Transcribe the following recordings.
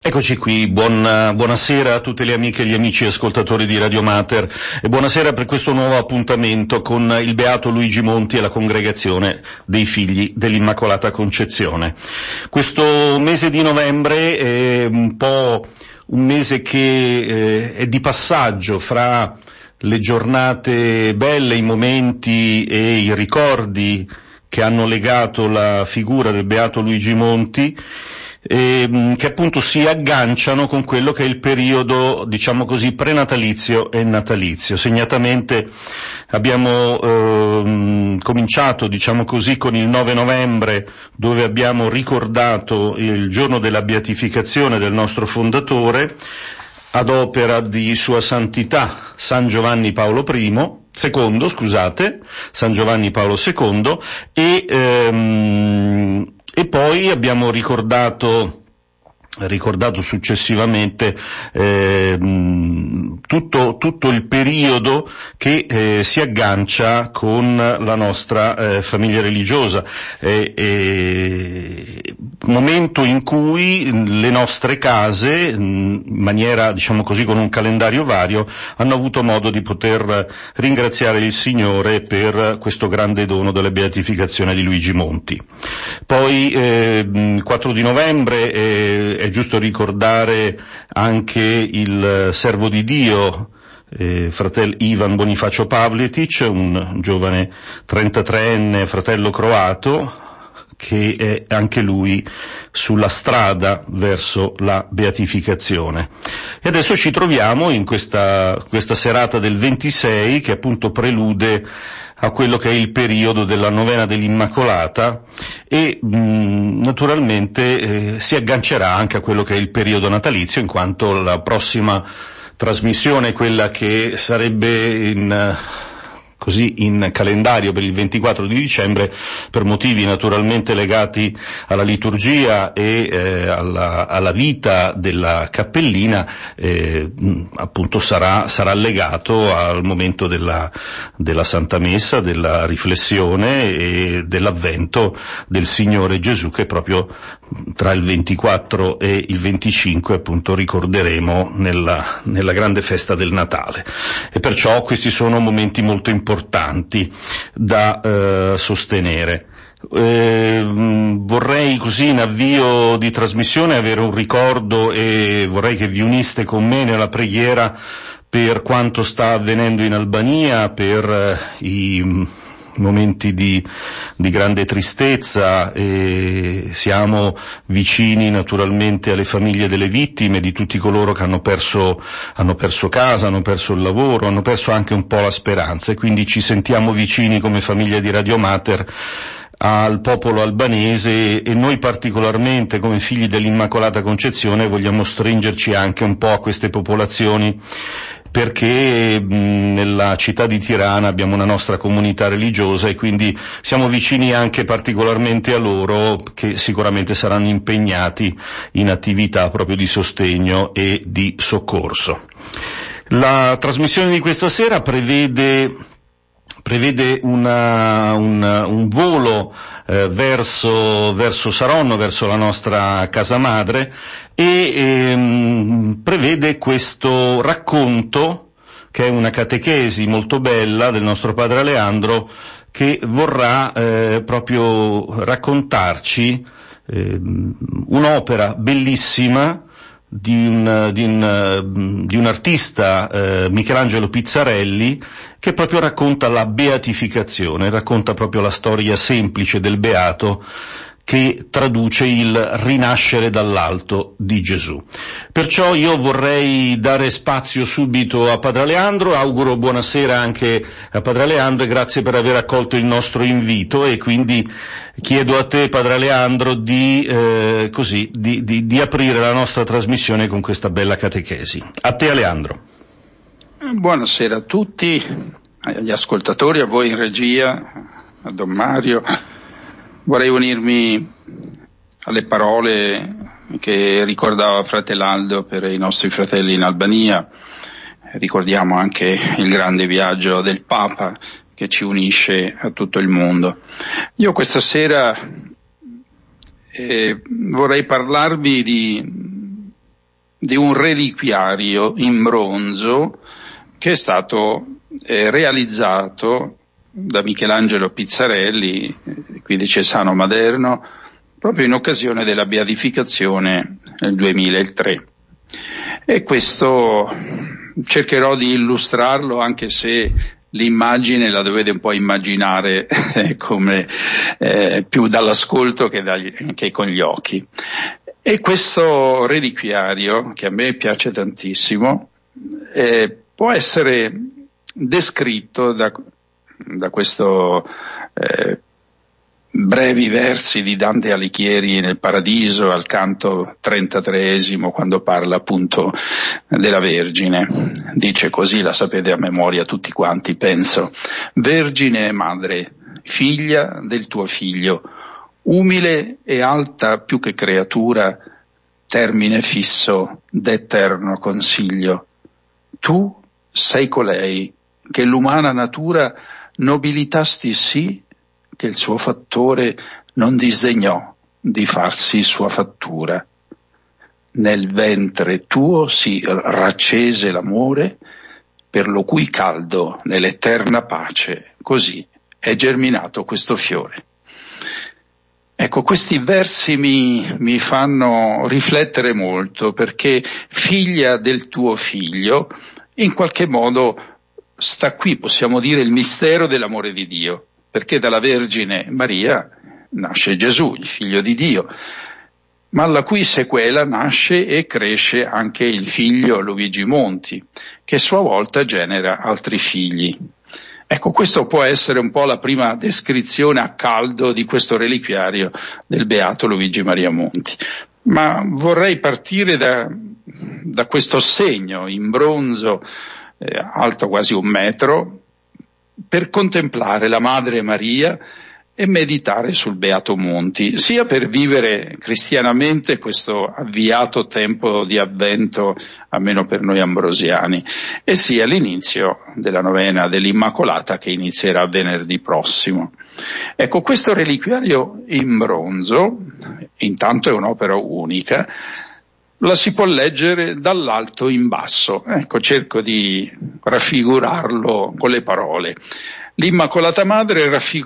Eccoci qui, buonasera a tutte le amiche e gli amici ascoltatori di Radio Mater e buonasera per questo nuovo appuntamento con il Beato Luigi Monti e la Congregazione dei Figli dell'Immacolata Concezione. Questo mese di novembre è un po' un mese che è di passaggio fra le giornate belle, i momenti e i ricordi che hanno legato la figura del Beato Luigi Monti, che appunto si agganciano con quello che è il periodo, diciamo così, prenatalizio e natalizio. Segnatamente abbiamo cominciato, diciamo così, con il 9 novembre, dove abbiamo ricordato il giorno della beatificazione del nostro fondatore, ad opera di Sua Santità San Giovanni Paolo San Giovanni Paolo II, e poi abbiamo ricordato successivamente tutto il periodo che si aggancia con la nostra famiglia religiosa, momento in cui le nostre case, in maniera, diciamo così, con un calendario vario, hanno avuto modo di poter ringraziare il Signore per questo grande dono della beatificazione di Luigi Monti. Poi il 4 di novembre è giusto ricordare anche il servo di Dio, fratel Ivan Bonifacio Pavletic, un giovane 33enne fratello croato, che è anche lui sulla strada verso la beatificazione. E adesso ci troviamo in questa serata del 26, che appunto prelude a quello che è il periodo della novena dell'Immacolata e naturalmente si aggancerà anche a quello che è il periodo natalizio, in quanto la prossima trasmissione, quella che sarebbe in calendario per il 24 di dicembre, per motivi naturalmente legati alla liturgia e alla vita della cappellina, appunto sarà legato al momento della Santa Messa, della riflessione e dell'avvento del Signore Gesù, che proprio tra il 24 e il 25 appunto ricorderemo nella grande festa del Natale. E perciò questi sono momenti molto importanti da sostenere. Vorrei così in avvio di trasmissione avere un ricordo, e vorrei che vi uniste con me nella preghiera per quanto sta avvenendo in Albania, per i momenti di grande tristezza, e siamo vicini naturalmente alle famiglie delle vittime, di tutti coloro che hanno perso casa, hanno perso il lavoro, hanno perso anche un po' la speranza, e quindi ci sentiamo vicini come famiglia di Radio Mater al popolo albanese, e noi particolarmente come figli dell'Immacolata Concezione vogliamo stringerci anche un po' a queste popolazioni, perché nella città di Tirana abbiamo una nostra comunità religiosa e quindi siamo vicini anche particolarmente a loro, che sicuramente saranno impegnati in attività proprio di sostegno e di soccorso. La trasmissione di questa sera prevede un volo verso Saronno, verso la nostra casa madre, e prevede questo racconto, che è una catechesi molto bella del nostro padre Aleandro, che vorrà proprio raccontarci un'opera bellissima di un artista, Michelangelo Pizzarelli, che proprio racconta la beatificazione, racconta proprio la storia semplice del beato, che traduce il rinascere dall'alto di Gesù. Perciò io vorrei dare spazio subito a Padre Aleandro, auguro buonasera anche a Padre Aleandro e grazie per aver accolto il nostro invito, e quindi chiedo a te, Padre Aleandro, di aprire la nostra trasmissione con questa bella catechesi. A te, Aleandro. Buonasera a tutti, agli ascoltatori, a voi in regia, a Don Mario. Vorrei unirmi alle parole che ricordava Fratel Aldo per i nostri fratelli in Albania. Ricordiamo anche il grande viaggio del Papa che ci unisce a tutto il mondo. Io questa sera vorrei parlarvi di un reliquiario in bronzo che è stato realizzato da Michelangelo Pizzarelli, qui di Cesano Maderno, proprio in occasione della beatificazione nel 2003. E questo cercherò di illustrarlo, anche se l'immagine la dovete un po' immaginare come più dall'ascolto che con gli occhi. E questo reliquiario, che a me piace tantissimo, può essere descritto da questo brevi versi di Dante Alighieri nel Paradiso, al canto 33esimo, quando parla appunto della Vergine. Dice così, la sapete a memoria tutti quanti, penso: Vergine e madre, figlia del tuo figlio, umile e alta più che creatura, termine fisso d'eterno consiglio. Tu sei colei che l'umana natura nobilitasti sì, che il suo fattore non disdegnò di farsi sua fattura. Nel ventre tuo si raccese l'amore, per lo cui caldo nell'eterna pace così è germinato questo fiore. Ecco, questi versi mi fanno riflettere molto, perché figlia del tuo figlio, in qualche modo sta qui, possiamo dire, il mistero dell'amore di Dio, perché dalla Vergine Maria nasce Gesù, il figlio di Dio, ma alla cui sequela nasce e cresce anche il figlio Luigi Monti, che a sua volta genera altri figli. Ecco, questo può essere un po' la prima descrizione a caldo di questo reliquiario del beato Luigi Maria Monti. Ma vorrei partire da questo segno in bronzo, alto quasi 1 metro, per contemplare la Madre Maria e meditare sul Beato Monti, sia per vivere cristianamente questo avviato tempo di Avvento, almeno per noi ambrosiani, e sia l'inizio della novena dell'Immacolata, che inizierà venerdì prossimo. Ecco, questo reliquiario in bronzo, intanto è un'opera unica, la si può leggere dall'alto in basso. Ecco, cerco di raffigurarlo con le parole. L'Immacolata Madre è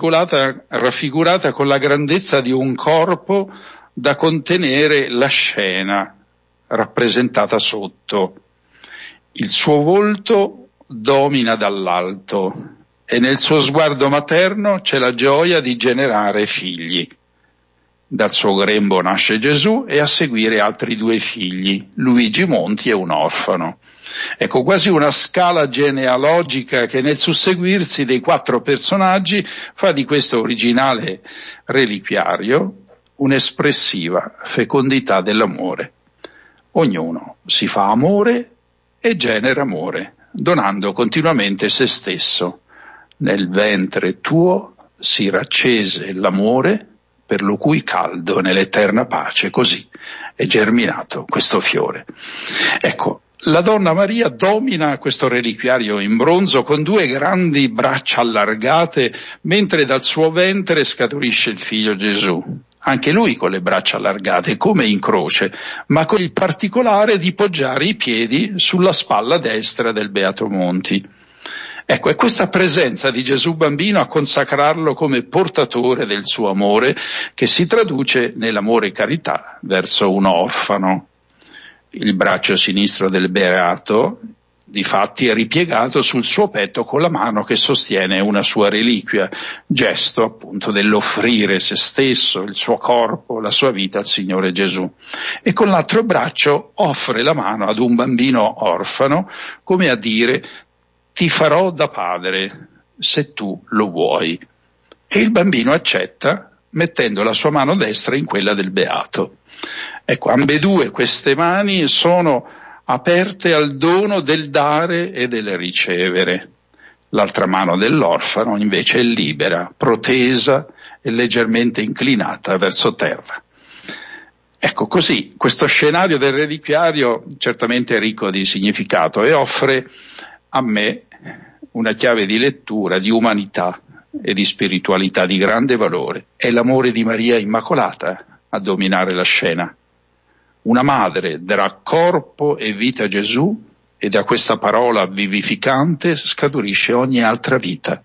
raffigurata con la grandezza di un corpo da contenere la scena rappresentata sotto. Il suo volto domina dall'alto e nel suo sguardo materno c'è la gioia di generare figli. Dal suo grembo nasce Gesù e a seguire altri 2 figli, Luigi Monti e un orfano. Ecco, quasi una scala genealogica che nel susseguirsi dei 4 personaggi fa di questo originale reliquiario un'espressiva fecondità dell'amore. Ognuno si fa amore e genera amore, donando continuamente se stesso. Nel ventre tuo si raccese l'amore, per lo cui caldo nell'eterna pace così è germinato questo fiore. Ecco, la Donna Maria domina questo reliquiario in bronzo con 2 grandi braccia allargate, mentre dal suo ventre scaturisce il figlio Gesù, anche lui con le braccia allargate come in croce, ma con il particolare di poggiare i piedi sulla spalla destra del Beato Monti. Ecco, è questa presenza di Gesù bambino a consacrarlo come portatore del suo amore, che si traduce nell'amore e carità verso un orfano. Il braccio sinistro del Beato, difatti, è ripiegato sul suo petto con la mano che sostiene una sua reliquia, gesto appunto dell'offrire se stesso, il suo corpo, la sua vita al Signore Gesù. E con l'altro braccio offre la mano ad un bambino orfano, come a dire: ti farò da padre, se tu lo vuoi. E il bambino accetta, mettendo la sua mano destra in quella del Beato. Ecco, ambedue queste mani sono aperte al dono del dare e del ricevere. L'altra mano dell'orfano invece è libera, protesa e leggermente inclinata verso terra. Ecco, così questo scenario del reliquiario certamente è ricco di significato e offre a me una chiave di lettura, di umanità e di spiritualità di grande valore. È l'amore di Maria Immacolata a dominare la scena. Una madre darà corpo e vita a Gesù e da questa parola vivificante scaturisce ogni altra vita.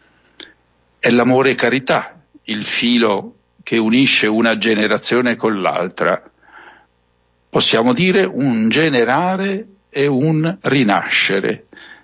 È l'amore e carità, il filo che unisce una generazione con l'altra. Possiamo dire un generare e un rinascere,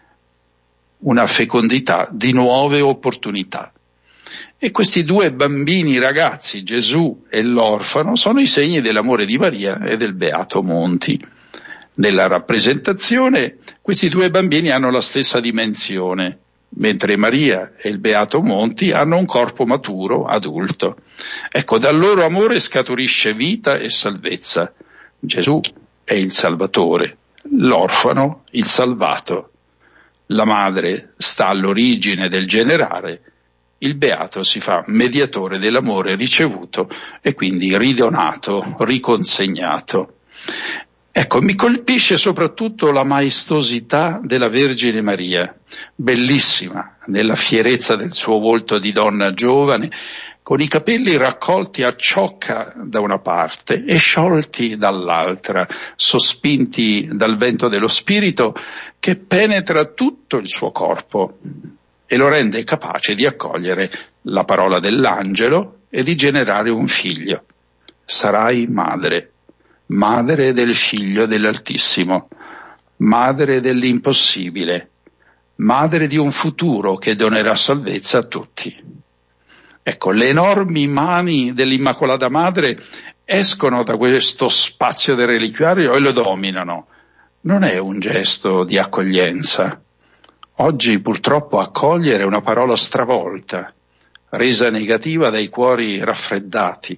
una fecondità di nuove opportunità. E questi due bambini ragazzi, Gesù e l'orfano, sono i segni dell'amore di Maria e del Beato Monti. Nella rappresentazione questi due bambini hanno la stessa dimensione, mentre Maria e il Beato Monti hanno un corpo maturo, adulto. Ecco, dal loro amore scaturisce vita e salvezza. Gesù è il Salvatore, l'orfano il salvato. La madre sta all'origine del generare, il Beato si fa mediatore dell'amore ricevuto e quindi ridonato, riconsegnato. Ecco, mi colpisce soprattutto la maestosità della Vergine Maria, bellissima nella fierezza del suo volto di donna giovane, con i capelli raccolti a ciocca da una parte e sciolti dall'altra, sospinti dal vento dello spirito che penetra tutto il suo corpo e lo rende capace di accogliere la parola dell'angelo e di generare un figlio. Sarai madre, madre del figlio dell'Altissimo, madre dell'impossibile, madre di un futuro che donerà salvezza a tutti. Ecco, le enormi mani dell'Immacolata Madre escono da questo spazio del reliquiario e lo dominano. Non è un gesto di accoglienza. Oggi purtroppo accogliere è una parola stravolta, resa negativa dai cuori raffreddati.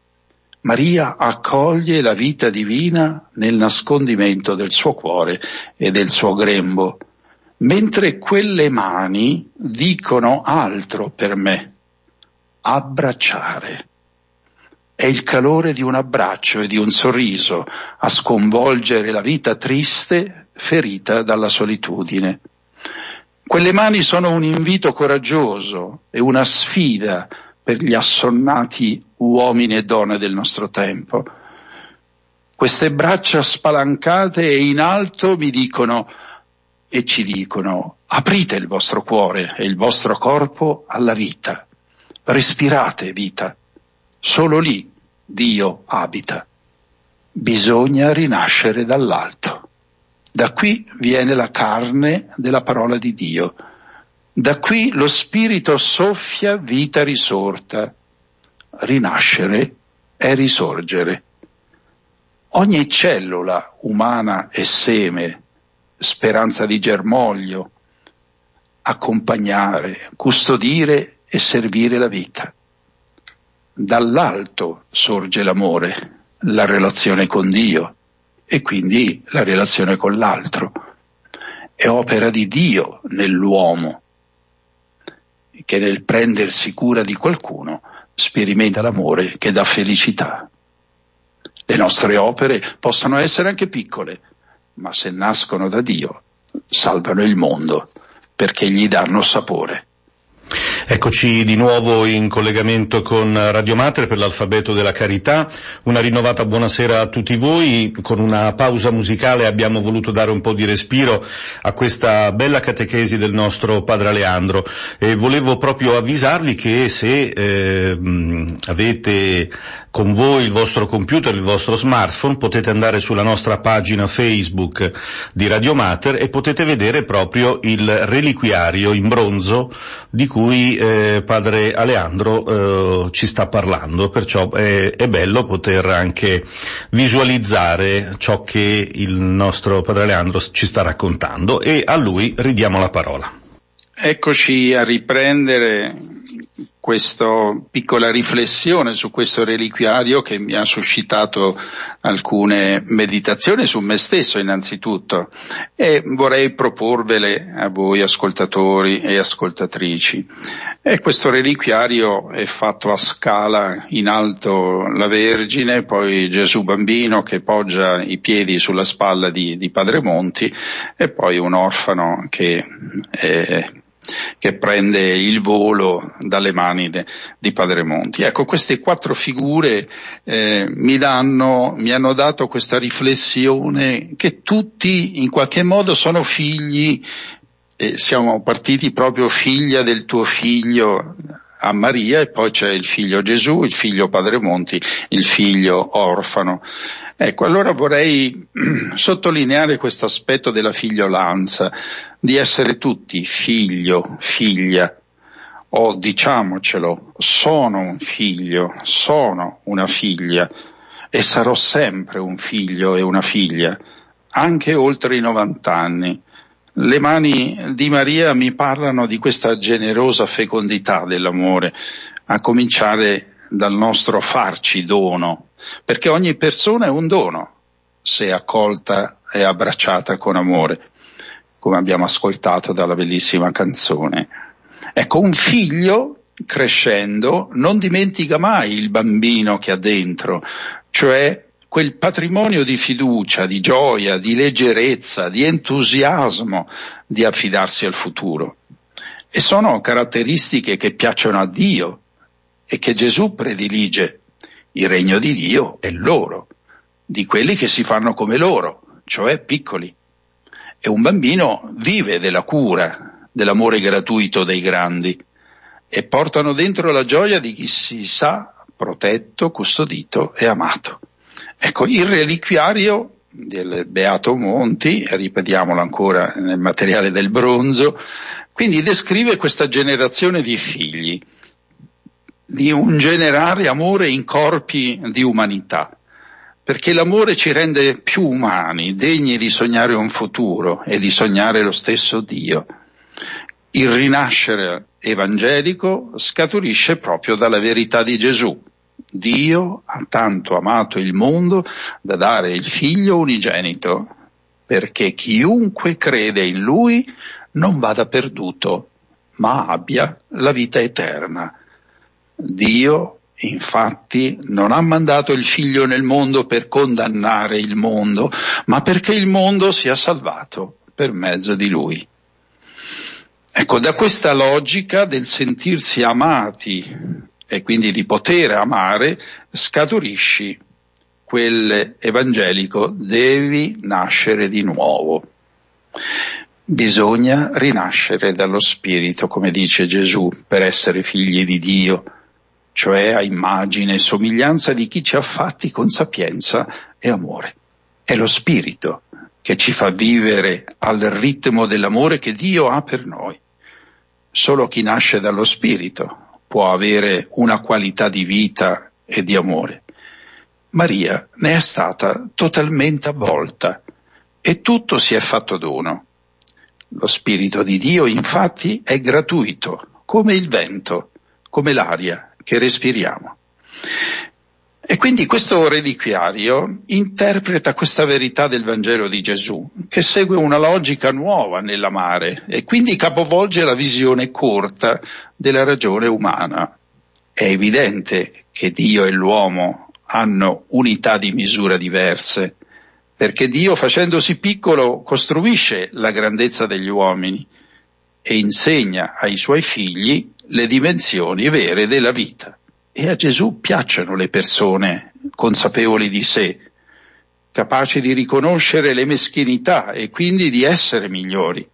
Maria accoglie la vita divina nel nascondimento del suo cuore e del suo grembo, mentre quelle mani dicono altro per me. Abbracciare. È il calore di un abbraccio e di un sorriso a sconvolgere la vita triste, ferita dalla solitudine. Quelle mani sono un invito coraggioso e una sfida per gli assonnati uomini e donne del nostro tempo. Queste braccia spalancate e in alto mi dicono e ci dicono: aprite il vostro cuore e il vostro corpo alla vita. Respirate vita, solo lì Dio abita. Bisogna rinascere dall'alto. Da qui viene la carne della parola di Dio. Da qui lo Spirito soffia vita risorta. Rinascere è risorgere. Ogni cellula umana è seme, speranza di germoglio, accompagnare, custodire e servire la vita. Dall'alto sorge l'amore, la relazione con Dio e quindi la relazione con l'altro. È opera di Dio nell'uomo che nel prendersi cura di qualcuno sperimenta l'amore che dà felicità. Le nostre opere possono essere anche piccole, ma se nascono da Dio salvano il mondo perché gli danno sapore. Eccoci di nuovo in collegamento con Radio Mater per l'Alfabeto della Carità. Una rinnovata buonasera a tutti voi. Con una pausa musicale abbiamo voluto dare un po' di respiro a questa bella catechesi del nostro Padre Aleandro e volevo proprio avvisarvi che se avete con voi il vostro computer, il vostro smartphone, potete andare sulla nostra pagina Facebook di Radio Mater e potete vedere proprio il reliquiario in bronzo di cui Padre Aleandro ci sta parlando, perciò è bello poter anche visualizzare ciò che il nostro Padre Aleandro ci sta raccontando e a lui ridiamo la parola. Eccoci a riprendere questa piccola riflessione su questo reliquiario che mi ha suscitato alcune meditazioni su me stesso innanzitutto e vorrei proporvele a voi ascoltatori e ascoltatrici. E questo reliquiario è fatto a scala: in alto la Vergine, poi Gesù bambino che poggia i piedi sulla spalla di Padre Monti e poi un orfano che che prende il volo dalle mani di Padre Monti. Ecco, queste 4 figure mi hanno dato questa riflessione che tutti in qualche modo sono figli, siamo partiti proprio figlia del tuo figlio a Maria, e poi c'è il figlio Gesù, il figlio Padre Monti, il figlio orfano. Ecco, allora vorrei sottolineare questo aspetto della figliolanza, di essere tutti figlio, figlia, o diciamocelo, sono un figlio, sono una figlia, e sarò sempre un figlio e una figlia, anche oltre i 90 anni. Le mani di Maria mi parlano di questa generosa fecondità dell'amore, a cominciare dal nostro farci dono, perché ogni persona è un dono, se accolta e abbracciata con amore, come abbiamo ascoltato dalla bellissima canzone. Ecco, un figlio crescendo non dimentica mai il bambino che ha dentro, cioè quel patrimonio di fiducia, di gioia, di leggerezza, di entusiasmo di affidarsi al futuro. E sono caratteristiche che piacciono a Dio e che Gesù predilige. Il regno di Dio è loro, di quelli che si fanno come loro, cioè piccoli. E un bambino vive della cura, dell'amore gratuito dei grandi, e portano dentro la gioia di chi si sa protetto, custodito e amato. Ecco, il reliquiario del Beato Monti, ripetiamolo ancora nel materiale del bronzo, quindi descrive questa generazione di figli, di un generare amore in corpi di umanità, perché l'amore ci rende più umani, degni di sognare un futuro e di sognare lo stesso Dio. Il rinascere evangelico scaturisce proprio dalla verità di Gesù. Dio ha tanto amato il mondo da dare il Figlio unigenito, perché chiunque crede in Lui non vada perduto, ma abbia la vita eterna. Dio, infatti, non ha mandato il Figlio nel mondo per condannare il mondo, ma perché il mondo sia salvato per mezzo di Lui. Ecco, da questa logica del sentirsi amati e quindi di poter amare, scaturisci quel evangelico: devi nascere di nuovo. Bisogna rinascere dallo Spirito, come dice Gesù, per essere figli di Dio, cioè a immagine e somiglianza di chi ci ha fatti con sapienza e amore. È lo Spirito che ci fa vivere al ritmo dell'amore che Dio ha per noi. Solo chi nasce dallo Spirito può avere una qualità di vita e di amore. Maria ne è stata totalmente avvolta e tutto si è fatto dono. Lo Spirito di Dio, infatti, è gratuito, come il vento, come l'aria che respiriamo. E quindi questo reliquiario interpreta questa verità del Vangelo di Gesù, che segue una logica nuova nell'amare e quindi capovolge la visione corta della ragione umana. È evidente che Dio e l'uomo hanno unità di misura diverse, perché Dio, facendosi piccolo, costruisce la grandezza degli uomini e insegna ai suoi figli le dimensioni vere della vita. E a Gesù piacciono le persone consapevoli di sé, capaci di riconoscere le meschinità e quindi di essere migliori.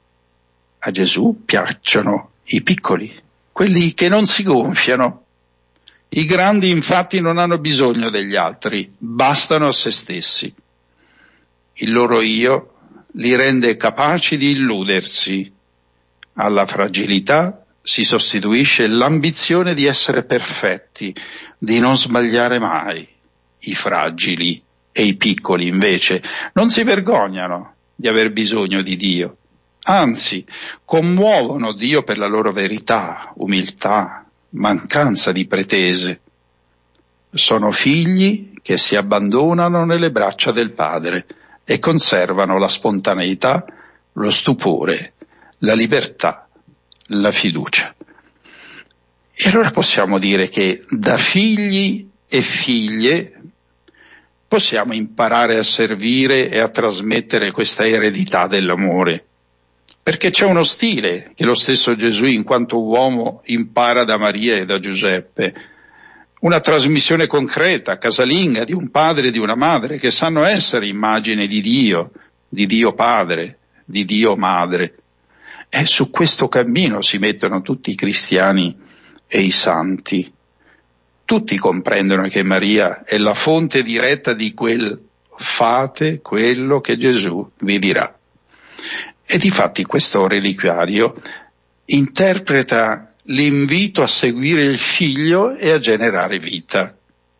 A Gesù piacciono i piccoli, quelli che non si gonfiano. I grandi infatti non hanno bisogno degli altri, bastano a se stessi. Il loro io li rende capaci di illudersi. Alla fragilità si sostituisce l'ambizione di essere perfetti, di non sbagliare mai. I fragili e i piccoli, invece, non si vergognano di aver bisogno di Dio. Anzi, commuovono Dio per la loro verità, umiltà, mancanza di pretese. Sono figli che si abbandonano nelle braccia del Padre e conservano la spontaneità, lo stupore, la libertà, la fiducia. E allora possiamo dire che da figli e figlie possiamo imparare a servire e a trasmettere questa eredità dell'amore. perché c'è uno stile che lo stesso Gesù, in quanto uomo, impara da Maria e da Giuseppe, una trasmissione concreta, casalinga, di un padre e di una madre che sanno essere immagine di Dio Padre, di Dio Madre. E su questo cammino si mettono tutti i cristiani e i santi. Tutti comprendono che Maria è la fonte diretta di quel fate quello che Gesù vi dirà. E difatti questo reliquiario interpreta l'invito a seguire il Figlio e a generare vita,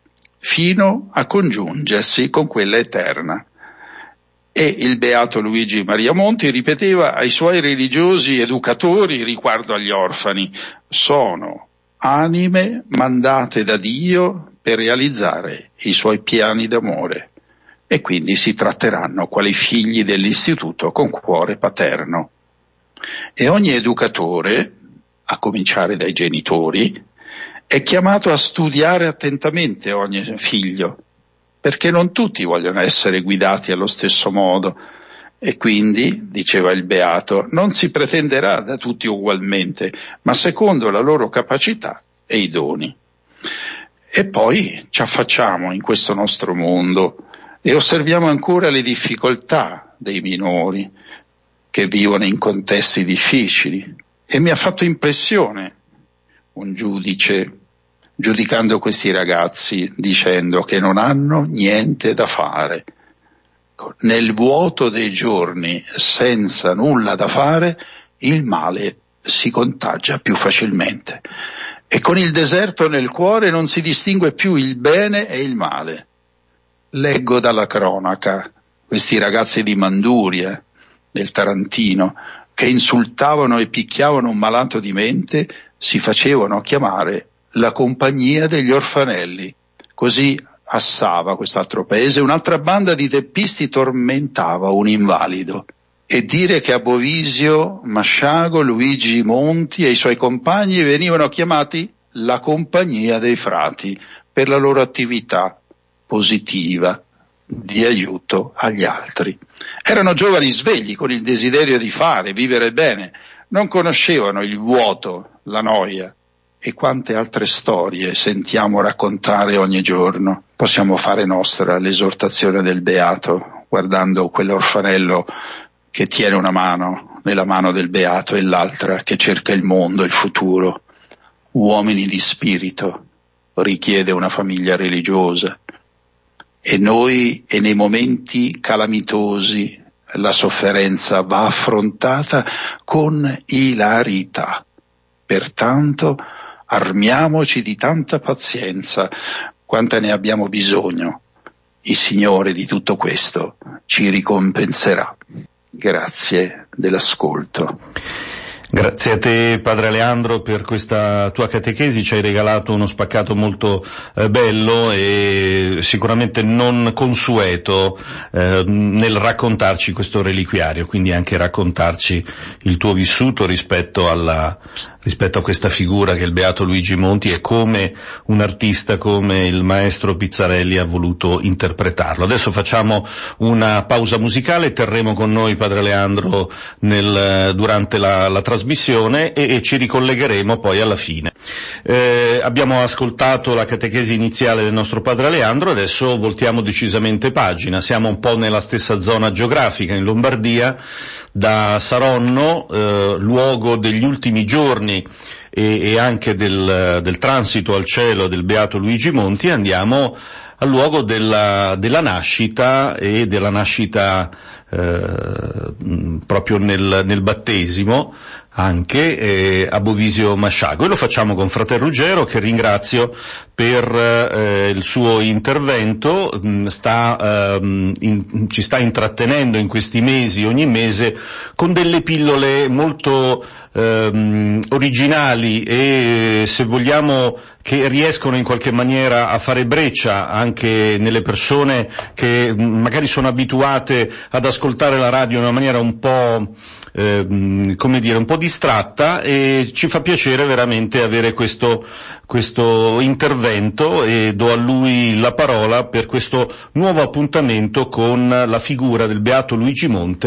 fino a congiungersi con quella eterna. E il beato Luigi Maria Monti ripeteva ai suoi religiosi educatori riguardo agli orfani: sono anime mandate da Dio per realizzare i suoi piani d'amore, e quindi si tratteranno quali figli dell'istituto con cuore paterno. E ogni educatore, a cominciare dai genitori, è chiamato a studiare attentamente ogni figlio, perché non tutti vogliono essere guidati allo stesso modo, e quindi, diceva il beato, non si pretenderà da tutti ugualmente, ma secondo la loro capacità e i doni. E poi ci affacciamo in questo nostro mondo e osserviamo ancora le difficoltà dei minori che vivono in contesti difficili. E mi ha fatto impressione un giudice, giudicando questi ragazzi, dicendo che non hanno niente da fare. Nel vuoto dei giorni, senza nulla da fare, il male si contagia più facilmente. E con il deserto nel cuore non si distingue più il bene e il male. Leggo dalla cronaca questi ragazzi di Manduria, del Tarantino, che insultavano e picchiavano un malato di mente, si facevano chiamare la compagnia degli orfanelli. Così a Sava, quest'altro paese, un'altra banda di teppisti tormentava un invalido. E dire che a Bovisio Masciago, Luigi Monti e i suoi compagni venivano chiamati la compagnia dei frati per la loro attività positiva di aiuto agli altri. Erano giovani svegli con il desiderio di fare, vivere bene, non conoscevano il vuoto, la noia. E quante altre storie sentiamo raccontare ogni giorno. Possiamo fare nostra l'esortazione del beato, guardando quell'orfanello che tiene una mano nella mano del beato e l'altra che cerca il mondo, il futuro. Uomini di spirito, richiede una famiglia religiosa. E noi, e nei momenti calamitosi, la sofferenza va affrontata con ilarità. Pertanto armiamoci di tanta pazienza quanta ne abbiamo bisogno. Il Signore di tutto questo ci ricompenserà. Grazie dell'ascolto. Grazie a te, Padre Leandro, per questa tua catechesi. Ci hai regalato uno spaccato molto bello e sicuramente non consueto nel raccontarci questo reliquiario, quindi anche raccontarci il tuo vissuto rispetto a questa figura che è il beato Luigi Monti e come un artista come il maestro Pizzarelli ha voluto interpretarlo. Adesso facciamo una pausa musicale e terremo con noi Padre Leandro durante la trasmissione e ci ricollegheremo poi alla fine. Abbiamo ascoltato la catechesi iniziale del nostro Padre Leandro, adesso voltiamo decisamente pagina. Siamo un po' nella stessa zona geografica, in Lombardia, da Saronno, luogo degli ultimi giorni e anche del transito al cielo del beato Luigi Monti. Andiamo al luogo della nascita e della nascita proprio nel battesimo, anche a Bovisio Masciago, e lo facciamo con Frater Ruggero, che ringrazio per il suo intervento. Ci sta intrattenendo in questi mesi, ogni mese, con delle pillole molto originali e, se vogliamo, che riescono in qualche maniera a fare breccia anche nelle persone che magari sono abituate ad ascoltare la radio in una maniera un po' un po' distratta, e ci fa piacere veramente avere questo intervento, e do a lui la parola per questo nuovo appuntamento con la figura del beato Luigi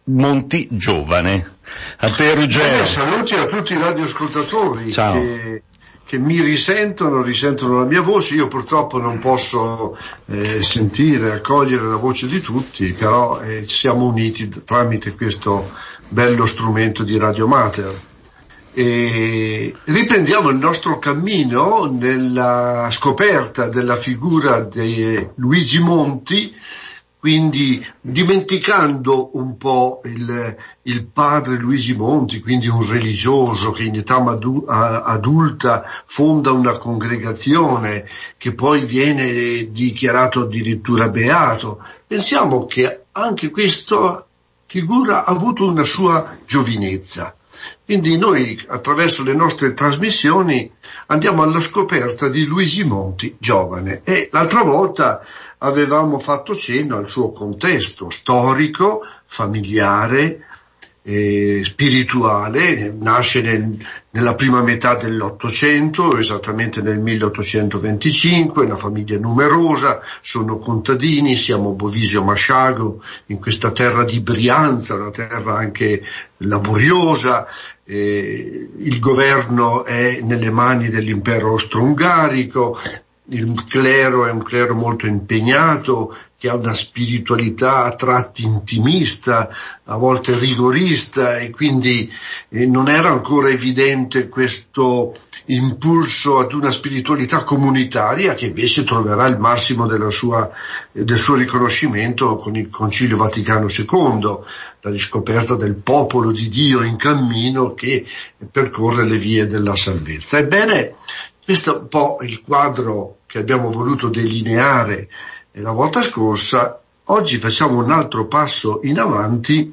Monti giovane a Perugia. Saluti a tutti i radioascoltatori. Ciao. Che mi risentono la mia voce. Io purtroppo non posso sentire, accogliere la voce di tutti, però siamo uniti tramite questo bello strumento di Radio Mater. E riprendiamo il nostro cammino nella scoperta della figura di Luigi Monti, quindi dimenticando un po' il padre Luigi Monti, quindi un religioso che in età adulta fonda una congregazione che poi viene dichiarato addirittura beato. Pensiamo che anche questa figura ha avuto una sua giovinezza. Quindi noi attraverso le nostre trasmissioni andiamo alla scoperta di Luigi Monti giovane, e l'altra volta avevamo fatto cenno al suo contesto storico, familiare, spirituale. Nasce nella prima metà dell'Ottocento, esattamente nel 1825, una famiglia numerosa, sono contadini, siamo Bovisio Masciago, in questa terra di Brianza, una terra anche laboriosa. Il governo è nelle mani dell'impero austro-ungarico, il clero è un clero molto impegnato, che ha una spiritualità a tratti intimista, a volte rigorista, e quindi non era ancora evidente questo impulso ad una spiritualità comunitaria, che invece troverà il massimo del suo riconoscimento con il Concilio Vaticano II, la riscoperta del popolo di Dio in cammino che percorre le vie della salvezza. Ebbene, questo è un po' il quadro che abbiamo voluto delineare la volta scorsa. Oggi facciamo un altro passo in avanti,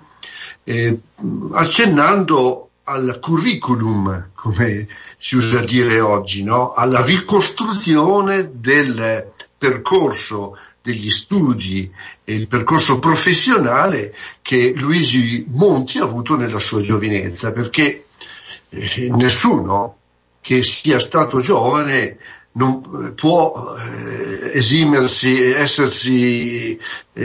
accennando al curriculum, come si usa dire oggi, no? Alla ricostruzione del percorso degli studi e il percorso professionale che Luigi Monti ha avuto nella sua giovinezza, perché nessuno che sia stato giovane non può essersi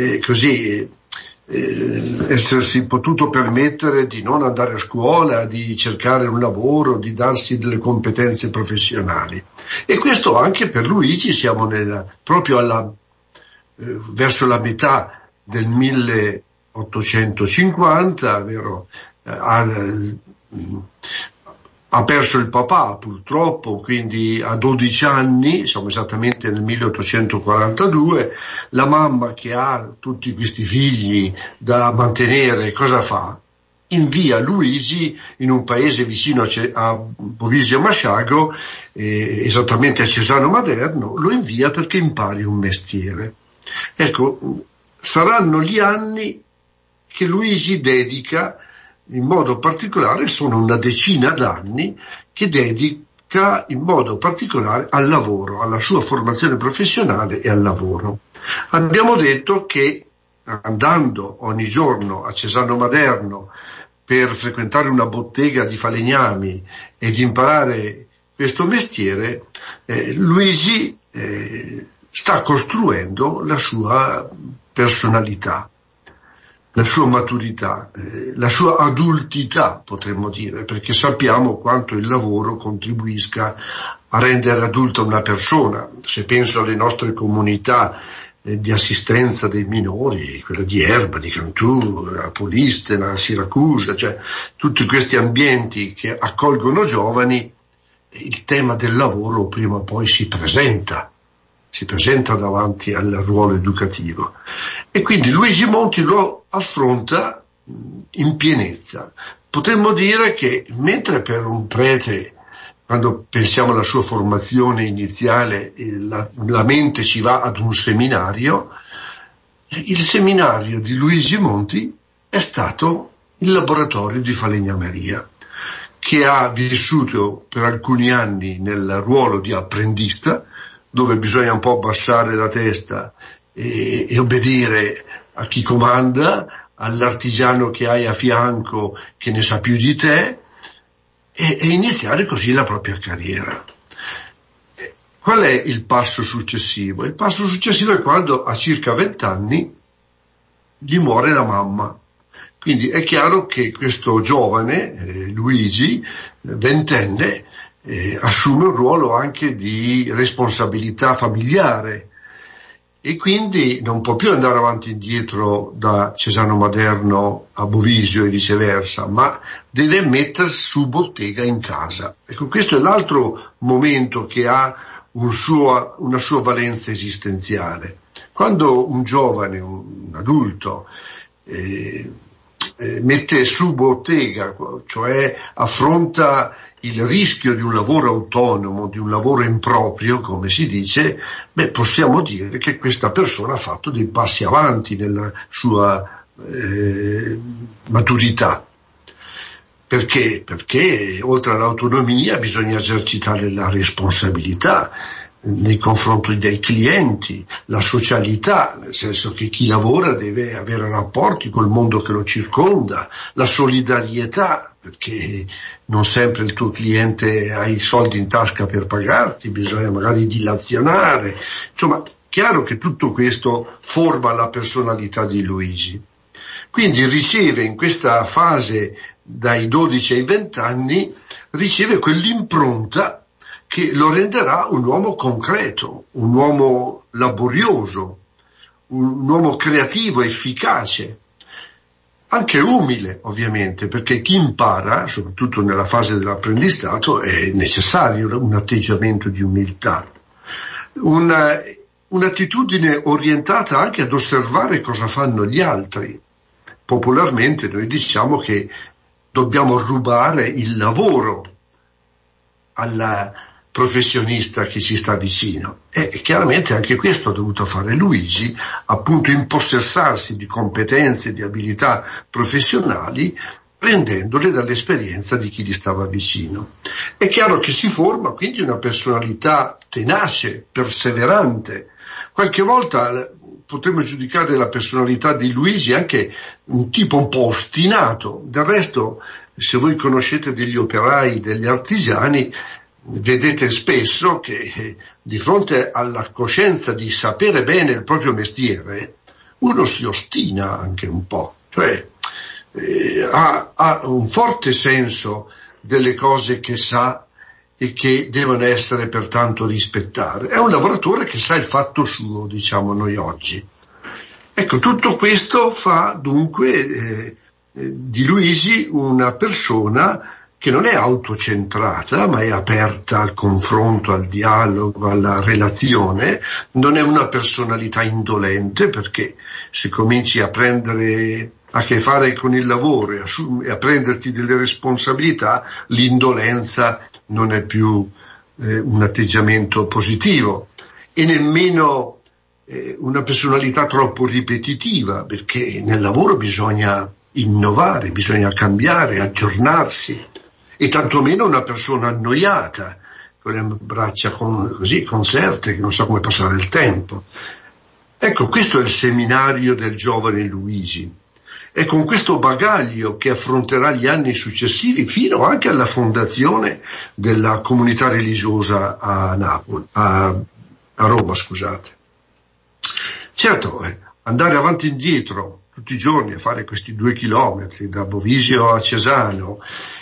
potuto permettere di non andare a scuola, di cercare un lavoro, di darsi delle competenze professionali. E questo anche per Luigi. Siamo proprio verso la metà del 1850, vero? Ha perso il papà purtroppo, quindi a 12 anni, siamo esattamente nel 1842, la mamma, che ha tutti questi figli da mantenere, cosa fa? Invia Luigi in un paese vicino a Bovisio Masciago, esattamente a Cesano Maderno, lo invia perché impari un mestiere. Ecco, saranno gli anni che Luigi dedica in modo particolare, sono una decina d'anni che dedica in modo particolare al lavoro, alla sua formazione professionale e al lavoro. Abbiamo detto che andando ogni giorno a Cesano Maderno per frequentare una bottega di falegnami e di imparare questo mestiere, Luigi sta costruendo la sua personalità, la sua maturità, la sua adultità, potremmo dire, perché sappiamo quanto il lavoro contribuisca a rendere adulta una persona. Se penso alle nostre comunità di assistenza dei minori, quella di Erba, di Cantù, a Polistena, a Siracusa, cioè tutti questi ambienti che accolgono giovani, il tema del lavoro prima o poi si presenta davanti al ruolo educativo. E quindi Luigi Monti lo affronta in pienezza. Potremmo dire che mentre per un prete, quando pensiamo alla sua formazione iniziale, la mente ci va ad un seminario, il seminario di Luigi Monti è stato il laboratorio di falegnameria, che ha vissuto per alcuni anni nel ruolo di apprendista, dove bisogna un po' abbassare la testa e obbedire a chi comanda, all'artigiano che hai a fianco che ne sa più di te, e iniziare così la propria carriera. Qual è il passo successivo? Il passo successivo è quando a circa 20 anni gli muore la mamma. Quindi è chiaro che questo giovane, Luigi, ventenne, assume un ruolo anche di responsabilità familiare e quindi non può più andare avanti e indietro da Cesano Maderno a Bovisio e viceversa, ma deve mettere su bottega in casa. Ecco, questo è l'altro momento che ha una sua valenza esistenziale. Quando un giovane, un adulto, mette su bottega, cioè affronta il rischio di un lavoro autonomo, di un lavoro improprio, come si dice, possiamo dire che questa persona ha fatto dei passi avanti nella sua maturità. Perché? Perché oltre all'autonomia bisogna esercitare la responsabilità nei confronti dei clienti, la socialità, nel senso che chi lavora deve avere rapporti col mondo che lo circonda, la solidarietà, perché non sempre il tuo cliente ha i soldi in tasca per pagarti, bisogna magari dilazionare. Insomma, chiaro che tutto questo forma la personalità di Luigi. Quindi riceve in questa fase dai 12 ai 20 anni, riceve quell'impronta che lo renderà un uomo concreto, un uomo laborioso, un uomo creativo, efficace, anche umile ovviamente, perché chi impara, soprattutto nella fase dell'apprendistato, è necessario un atteggiamento di umiltà, un'attitudine orientata anche ad osservare cosa fanno gli altri. Popolarmente noi diciamo che dobbiamo rubare il lavoro alla professionista che ci sta vicino, e chiaramente anche questo ha dovuto fare Luigi, appunto impossessarsi di competenze, di abilità professionali, prendendole dall'esperienza di chi gli stava vicino. È chiaro che si forma quindi una personalità tenace, perseverante. Qualche volta potremmo giudicare la personalità di Luigi anche un tipo un po' ostinato. Del resto, se voi conoscete degli operai, degli artigiani, vedete spesso che di fronte alla coscienza di sapere bene il proprio mestiere, uno si ostina anche un po', cioè ha un forte senso delle cose che sa e che devono essere pertanto rispettate. È un lavoratore che sa il fatto suo, diciamo noi oggi. Ecco, tutto questo fa dunque di Luigi una persona che non è autocentrata, ma è aperta al confronto, al dialogo, alla relazione. Non è una personalità indolente, perché se cominci a prendere a che fare con il lavoro e a prenderti delle responsabilità, l'indolenza non è più un atteggiamento positivo, e nemmeno una personalità troppo ripetitiva, perché nel lavoro bisogna innovare, bisogna cambiare, aggiornarsi, e tantomeno una persona annoiata, con le braccia così conserte, che non sa come passare il tempo. Ecco, questo è il seminario del giovane Luigi. È con questo bagaglio che affronterà gli anni successivi, fino anche alla fondazione della comunità religiosa a Roma, scusate. Certo, andare avanti e indietro tutti i giorni a fare questi 2 chilometri da Bovisio a Cesano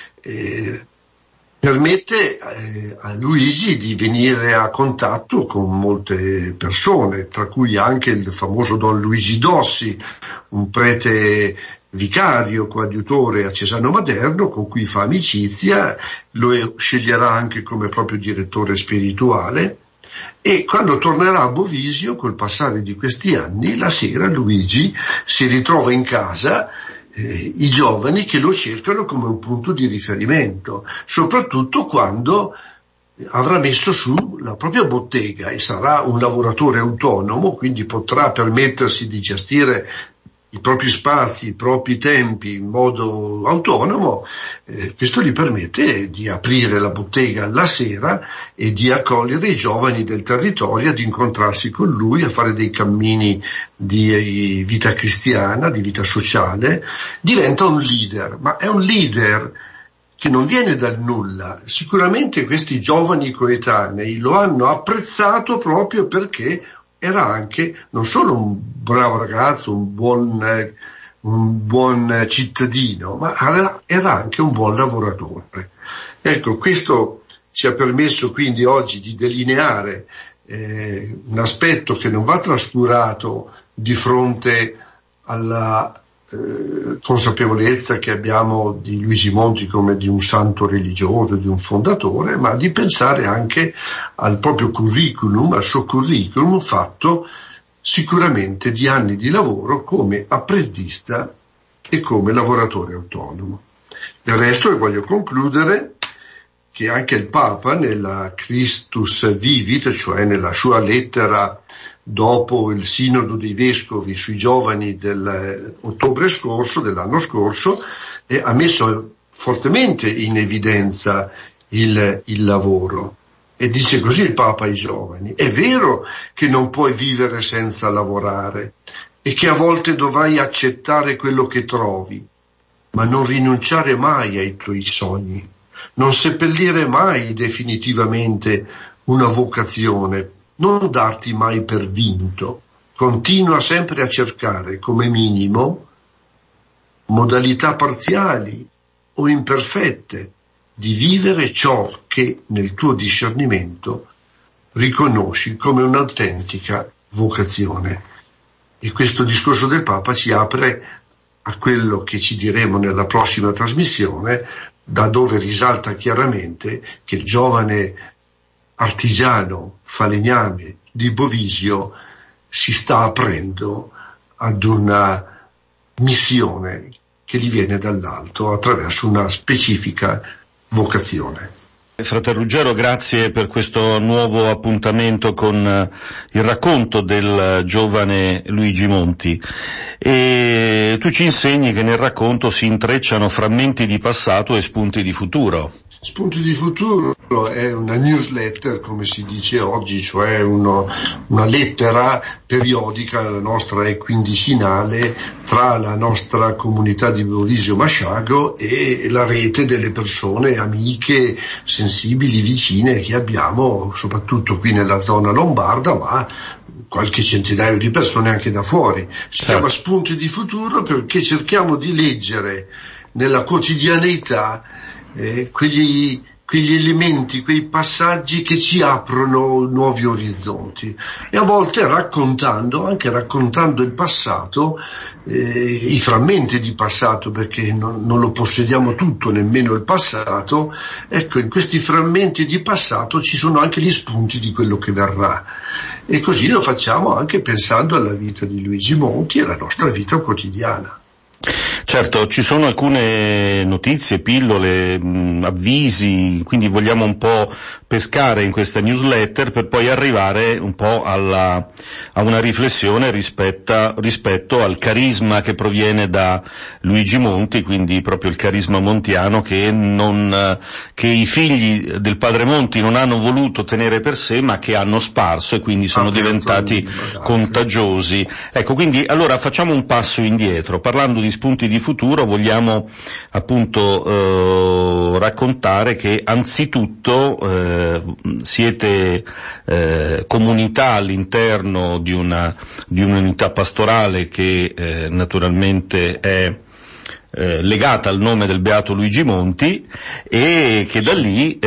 permette a Luigi di venire a contatto con molte persone, tra cui anche il famoso Don Luigi Dossi, un prete vicario, coadiutore a Cesano Maderno, con cui fa amicizia, lo sceglierà anche come proprio direttore spirituale, e quando tornerà a Bovisio, col passare di questi anni, la sera Luigi si ritrova in casa i giovani che lo cercano come un punto di riferimento, soprattutto quando avrà messo su la propria bottega e sarà un lavoratore autonomo, quindi potrà permettersi di gestire i propri spazi, i propri tempi in modo autonomo. Questo gli permette di aprire la bottega la sera e di accogliere i giovani del territorio, ad incontrarsi con lui, a fare dei cammini di vita cristiana, di vita sociale. Diventa un leader, ma è un leader che non viene dal nulla. Sicuramente questi giovani coetanei lo hanno apprezzato proprio perché era anche non solo un bravo ragazzo, un buon un buon cittadino, ma era anche un buon lavoratore. Ecco, questo ci ha permesso quindi oggi di delineare un aspetto che non va trascurato di fronte alla consapevolezza che abbiamo di Luigi Monti come di un santo religioso, di un fondatore, ma di pensare anche al proprio curriculum, al suo curriculum fatto sicuramente di anni di lavoro come apprendista e come lavoratore autonomo. Del resto, voglio concludere che anche il Papa nella Christus Vivit, cioè nella sua lettera dopo il Sinodo dei Vescovi sui giovani dell'ottobre scorso, dell'anno scorso, ha messo fortemente in evidenza il lavoro. E dice così il Papa ai giovani: è vero che non puoi vivere senza lavorare e che a volte dovrai accettare quello che trovi, ma non rinunciare mai ai tuoi sogni, non seppellire mai definitivamente una vocazione, non darti mai per vinto, continua sempre a cercare come minimo modalità parziali o imperfette di vivere ciò che nel tuo discernimento riconosci come un'autentica vocazione. E questo discorso del Papa ci apre a quello che ci diremo nella prossima trasmissione, da dove risalta chiaramente che il giovane artigiano falegname di Bovisio si sta aprendo ad una missione che gli viene dall'alto attraverso una specifica vocazione. Frater Ruggero, grazie per questo nuovo appuntamento con il racconto del giovane Luigi Monti. E tu ci insegni che nel racconto si intrecciano frammenti di passato e spunti di futuro. Spunti di futuro è una newsletter, come si dice oggi, cioè una lettera periodica, la nostra è quindicinale, tra la nostra comunità di Bovisio Masciago e la rete delle persone amiche, sensibili, vicine che abbiamo, soprattutto qui nella zona lombarda, ma qualche centinaio di persone anche da fuori. Si chiama Spunti di futuro perché cerchiamo di leggere nella quotidianità quegli elementi, quei passaggi che ci aprono nuovi orizzonti, e a volte raccontando il passato, i frammenti di passato, perché non lo possediamo tutto, nemmeno il passato. Ecco, in questi frammenti di passato ci sono anche gli spunti di quello che verrà, e così lo facciamo anche pensando alla vita di Luigi Monti e alla nostra vita quotidiana. Certo, ci sono alcune notizie, pillole, avvisi, quindi vogliamo un po' pescare in questa newsletter per poi arrivare un po' a una riflessione rispetto al carisma che proviene da Luigi Monti, quindi proprio il carisma montiano che i figli del padre Monti non hanno voluto tenere per sé, ma che hanno sparso e quindi sono diventati contagiosi. Ecco, quindi allora facciamo un passo indietro, parlando di spunti di futuro vogliamo appunto raccontare che anzitutto siete comunità all'interno di un'unità pastorale che naturalmente è legata al nome del beato Luigi Monti, e che da lì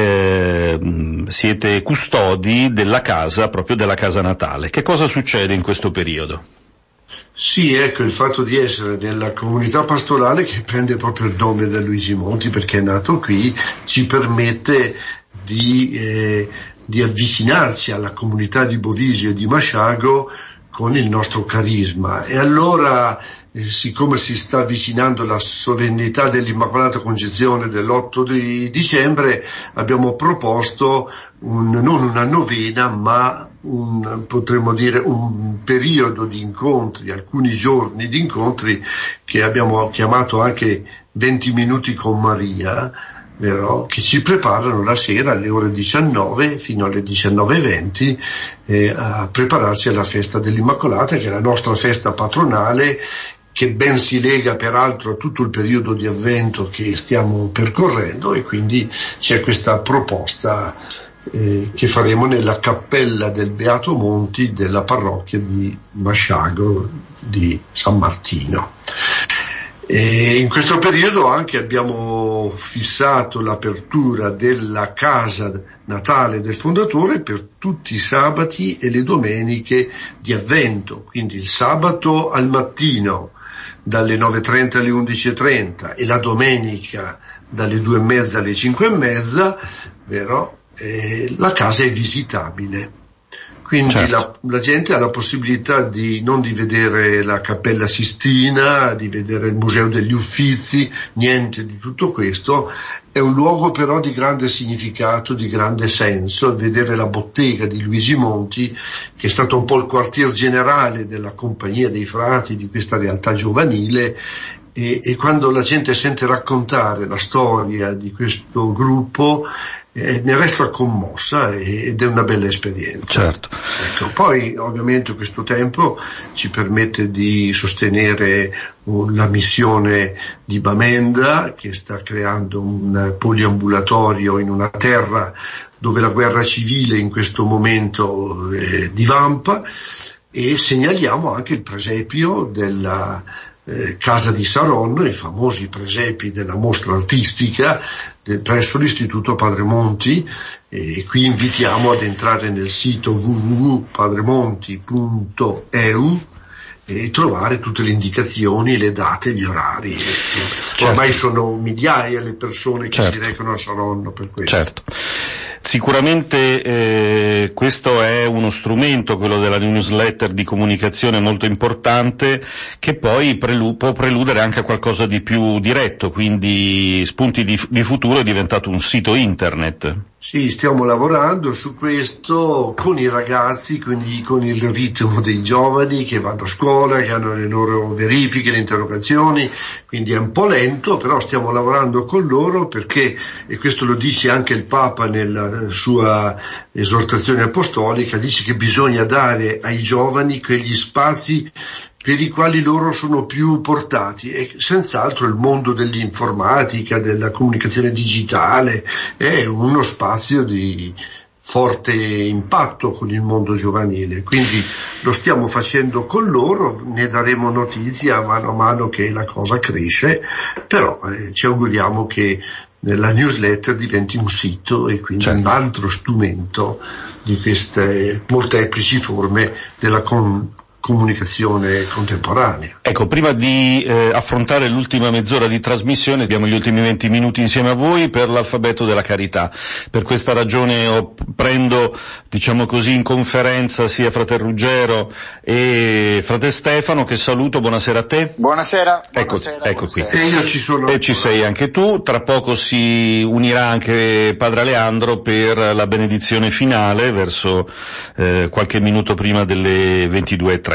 siete custodi della casa, proprio della casa natale. Che cosa succede in questo periodo? Sì, ecco, il fatto di essere nella comunità pastorale, che prende proprio il nome da Luigi Monti perché è nato qui, ci permette di avvicinarci alla comunità di Bovisio e di Masciago con il nostro carisma. E allora, siccome si sta avvicinando la solennità dell'Immacolata Concezione dell'8 di dicembre, abbiamo proposto non una novena, ma potremmo dire un periodo di incontri, alcuni giorni di incontri che abbiamo chiamato anche 20 minuti con Maria, vero? Che ci preparano la sera alle ore 19 fino alle 19:20 a prepararci alla festa dell'Immacolata, che è la nostra festa patronale, che ben si lega peraltro a tutto il periodo di Avvento che stiamo percorrendo, e quindi c'è questa proposta che faremo nella cappella del Beato Monti della parrocchia di Masciago di San Martino. E in questo periodo anche abbiamo fissato l'apertura della casa natale del fondatore per tutti i sabati e le domeniche di Avvento, quindi il sabato al mattino dalle 9:30 alle 11:30 e la domenica dalle 2:30 alle 5:30, vero? La casa è visitabile. Quindi certo. la gente ha la possibilità non di vedere la Cappella Sistina, di vedere il Museo degli Uffizi, niente di tutto questo. È un luogo però di grande significato, di grande senso, vedere la bottega di Luigi Monti, che è stato un po' il quartier generale della Compagnia dei Frati, di questa realtà giovanile, e quando la gente sente raccontare la storia di questo gruppo ne resta commossa ed è una bella esperienza. Certo. Ecco, poi ovviamente questo tempo ci permette di sostenere la missione di Bamenda, che sta creando un poliambulatorio in una terra dove la guerra civile in questo momento divampa, e segnaliamo anche il presepio della Casa di Saronno, i famosi presepi della mostra artistica presso l'Istituto Padre Monti, e qui invitiamo ad entrare nel sito www.padremonti.eu e trovare tutte le indicazioni, le date, gli orari. Certo. Ormai sono migliaia le persone che si recano a Saronno per questo. Certo. Sicuramente questo è uno strumento, quello della newsletter, di comunicazione molto importante, che poi può preludere anche a qualcosa di più diretto, quindi Spunti di Futuro è diventato un sito internet. Sì, stiamo lavorando su questo con i ragazzi, quindi con il ritmo dei giovani che vanno a scuola, che hanno le loro verifiche, le interrogazioni, quindi è un po' lento, però stiamo lavorando con loro perché, e questo lo dice anche il Papa nella sua esortazione apostolica, dice che bisogna dare ai giovani quegli spazi per i quali loro sono più portati, e senz'altro il mondo dell'informatica, della comunicazione digitale è uno spazio di forte impatto con il mondo giovanile, quindi lo stiamo facendo con loro, ne daremo notizia mano a mano che la cosa cresce, però ci auguriamo che la newsletter diventi un sito e quindi un altro strumento di queste molteplici forme della comunicazione contemporanea. Ecco, prima di affrontare l'ultima mezz'ora di trasmissione, abbiamo gli ultimi 20 minuti insieme a voi per l'alfabeto della carità. Per questa ragione prendo, diciamo così, in conferenza sia frater Ruggero e frate Stefano, che saluto. Buonasera a te. Buonasera. Ecco Buonasera. qui. E io ci sono. E ci sei anche tu. Tra poco si unirà anche padre Aleandro per la benedizione finale verso qualche minuto prima delle 22:30.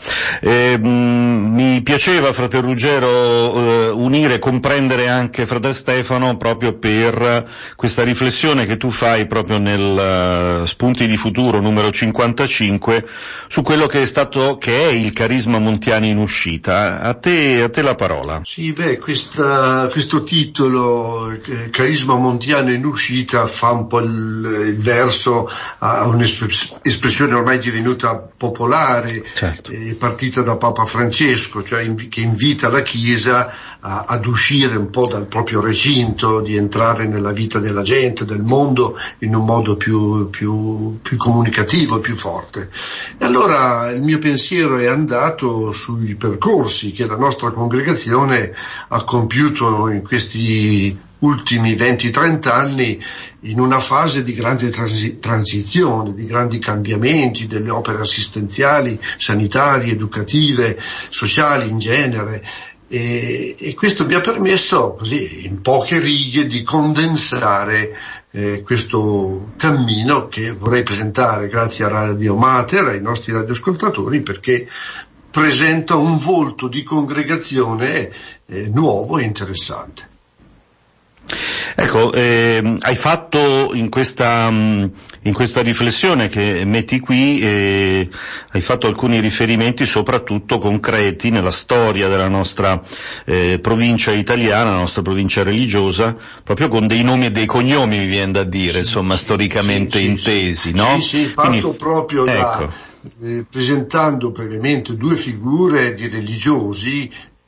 Mi piaceva, frate Ruggero, unire, comprendere anche frate Stefano proprio per questa riflessione che tu fai proprio nel Spunti di Futuro numero 55 su quello che è il carisma montiano in uscita. A te la parola. Sì, questo titolo, carisma montiano in uscita, fa un po' il verso a un'espressione ormai divenuta popolare. Certo. Partita da Papa Francesco, cioè che invita la Chiesa ad uscire un po' dal proprio recinto, di entrare nella vita della gente, del mondo, in un modo più comunicativo, più forte. E allora il mio pensiero è andato sui percorsi che la nostra congregazione ha compiuto in questi ultimi 20-30 anni, in una fase di grande transizione, di grandi cambiamenti delle opere assistenziali, sanitarie, educative, sociali in genere, e questo mi ha permesso, così in poche righe, di condensare questo cammino che vorrei presentare grazie a Radio Mater, ai nostri radioascoltatori, perché presenta un volto di congregazione nuovo e interessante. Ecco, hai fatto in questa riflessione che metti qui, hai fatto alcuni riferimenti soprattutto concreti nella storia della nostra provincia italiana, la nostra provincia religiosa, proprio con dei nomi e dei cognomi, mi viene da dire, insomma, storicamente intesi, no? Sì, parto proprio presentando brevemente due figure di religiosi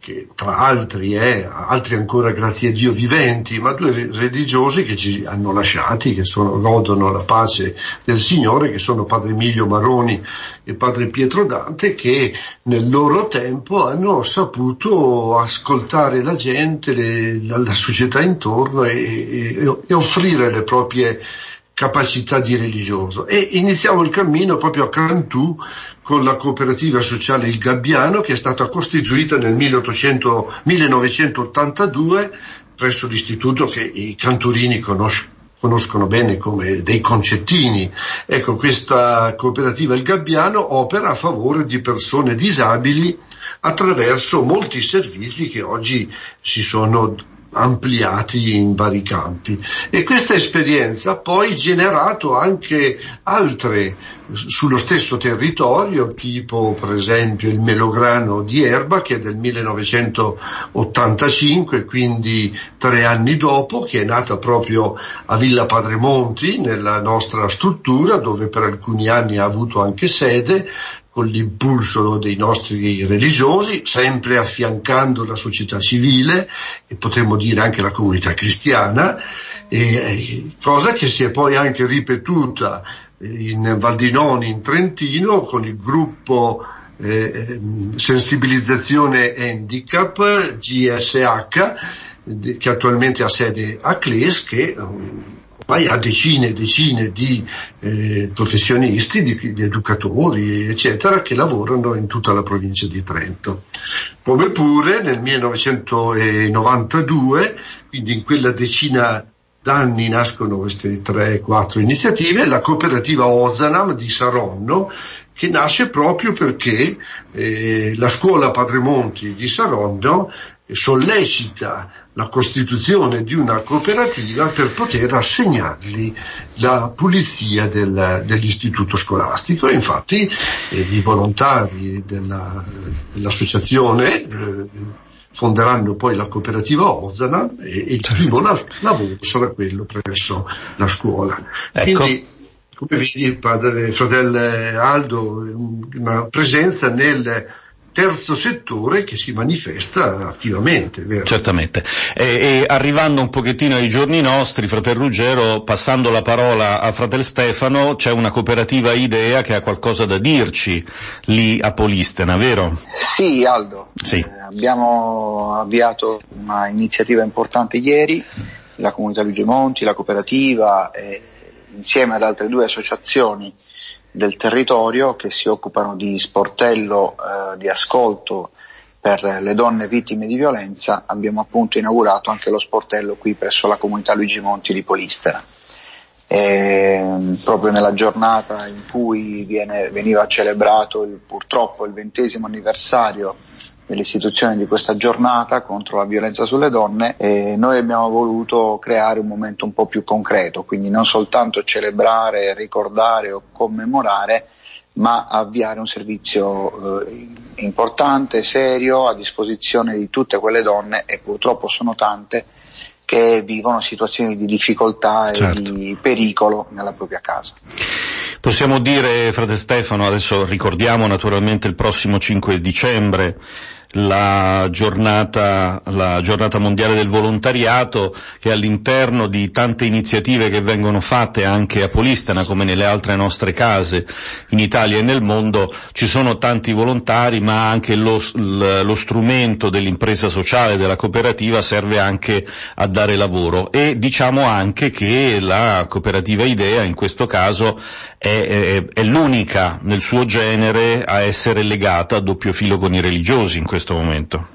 che tra altri ancora grazie a Dio viventi, ma due religiosi che ci hanno lasciati, che godono la pace del Signore, che sono padre Emilio Maroni e padre Pietro Dante, che nel loro tempo hanno saputo ascoltare la gente, la società intorno e offrire le proprie capacità di religioso. E iniziamo il cammino proprio a Cantù con la cooperativa sociale Il Gabbiano, che è stata costituita nel 1982 presso l'istituto che i canturini conoscono bene come dei concettini. Ecco, questa cooperativa Il Gabbiano opera a favore di persone disabili attraverso molti servizi che oggi si sono ampliati in vari campi, e questa esperienza ha poi generato anche altre sullo stesso territorio, tipo per esempio il Melograno di Erba, che è del 1985, quindi 3 anni dopo, che è nata proprio a Villa Padremonti nella nostra struttura, dove per alcuni anni ha avuto anche sede, con l'impulso dei nostri religiosi, sempre affiancando la società civile e potremmo dire anche la comunità cristiana, cosa che si è poi anche ripetuta in Val di Noni, in Trentino, con il gruppo Sensibilizzazione Handicap, GSH, che attualmente ha sede a Cles, che ormai ha decine e decine di professionisti, di educatori, eccetera, che lavorano in tutta la provincia di Trento. Come pure nel 1992, quindi in quella decina d'anni, nascono queste 3-4 iniziative, la cooperativa Ozanam di Saronno, che nasce proprio perché la scuola Padremonti di Saronno sollecita la costituzione di una cooperativa per poter assegnargli la pulizia dell'istituto scolastico. Infatti i volontari dell'associazione fonderanno poi la cooperativa Ozana e il primo lavoro sarà quello presso la scuola. Ecco. Quindi, come vedi, fratello Aldo, una presenza nel terzo settore che si manifesta attivamente, vero? Certamente. E arrivando un pochettino ai giorni nostri, fratel Ruggero, passando la parola a fratel Stefano, c'è una cooperativa Idea che ha qualcosa da dirci lì a Polistena, vero? Sì, Aldo. Sì. Abbiamo avviato una iniziativa importante ieri, la comunità Luigi Monti, la cooperativa, insieme ad altre 2 associazioni del territorio che si occupano di sportello di ascolto per le donne vittime di violenza. Abbiamo appunto inaugurato anche lo sportello qui presso la comunità Luigi Monti di Polistena. Proprio nella giornata in cui veniva celebrato purtroppo il 20° anniversario dell'istituzione di questa giornata contro la violenza sulle donne, noi abbiamo voluto creare un momento un po' più concreto, quindi non soltanto celebrare, ricordare o commemorare, ma avviare un servizio importante, serio, a disposizione di tutte quelle donne, e purtroppo sono tante, che vivono situazioni di difficoltà e di pericolo nella propria casa. Possiamo dire, frate Stefano, adesso ricordiamo naturalmente il prossimo 5 dicembre, la giornata mondiale del volontariato, che all'interno di tante iniziative che vengono fatte anche a Polistena come nelle altre nostre case in Italia e nel mondo, ci sono tanti volontari, ma anche lo strumento dell'impresa sociale, della cooperativa, serve anche a dare lavoro. E diciamo anche che la cooperativa Idea in questo caso è l'unica nel suo genere a essere legata a doppio filo con i religiosi in questo momento.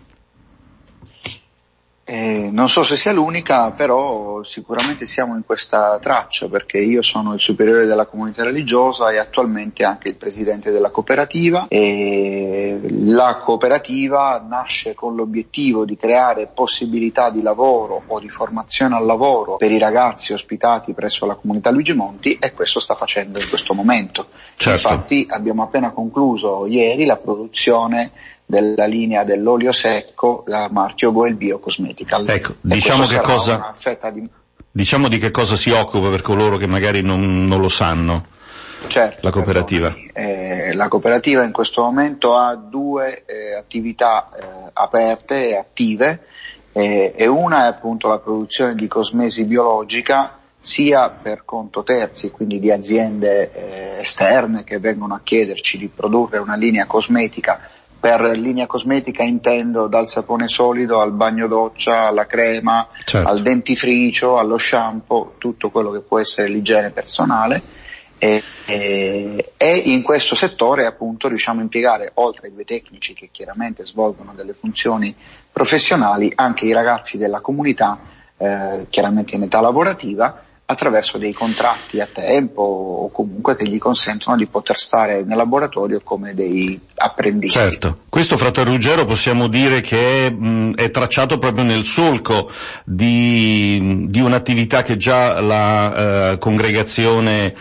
Non so se sia l'unica, però sicuramente siamo in questa traccia, perché io sono il superiore della comunità religiosa e attualmente anche il presidente della cooperativa, e la cooperativa nasce con l'obiettivo di creare possibilità di lavoro o di formazione al lavoro per i ragazzi ospitati presso la comunità Luigi Monti, e questo sta facendo in questo momento. Certo. Infatti abbiamo appena concluso ieri la produzione della linea dell'olio secco, la marchio Goel Bio Cosmetical. Ecco, diciamo una fetta di... Diciamo di che cosa si occupa per coloro che magari non lo sanno. Certo, la cooperativa? La cooperativa in questo momento ha 2 attività aperte e attive, e una è appunto la produzione di cosmesi biologica, sia per conto terzi, quindi di aziende esterne che vengono a chiederci di produrre una linea cosmetica. Per linea cosmetica intendo dal sapone solido al bagno doccia, alla crema, certo, al dentifricio, allo shampoo, tutto quello che può essere l'igiene personale, e in questo settore appunto riusciamo a impiegare, oltre ai 2 tecnici che chiaramente svolgono delle funzioni professionali, anche i ragazzi della comunità, chiaramente in età lavorativa, attraverso dei contratti a tempo o comunque che gli consentono di poter stare nel laboratorio come dei apprendisti. Certo, questo Frater Ruggero possiamo dire che è tracciato proprio nel solco di un'attività che già la congregazione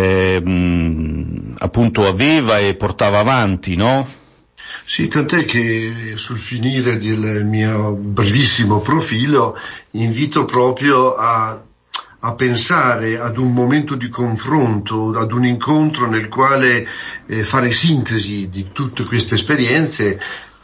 appunto aveva e portava avanti, no? Sì, tant'è che sul finire del mio brevissimo profilo invito proprio a pensare ad un momento di confronto, ad un incontro nel quale fare sintesi di tutte queste esperienze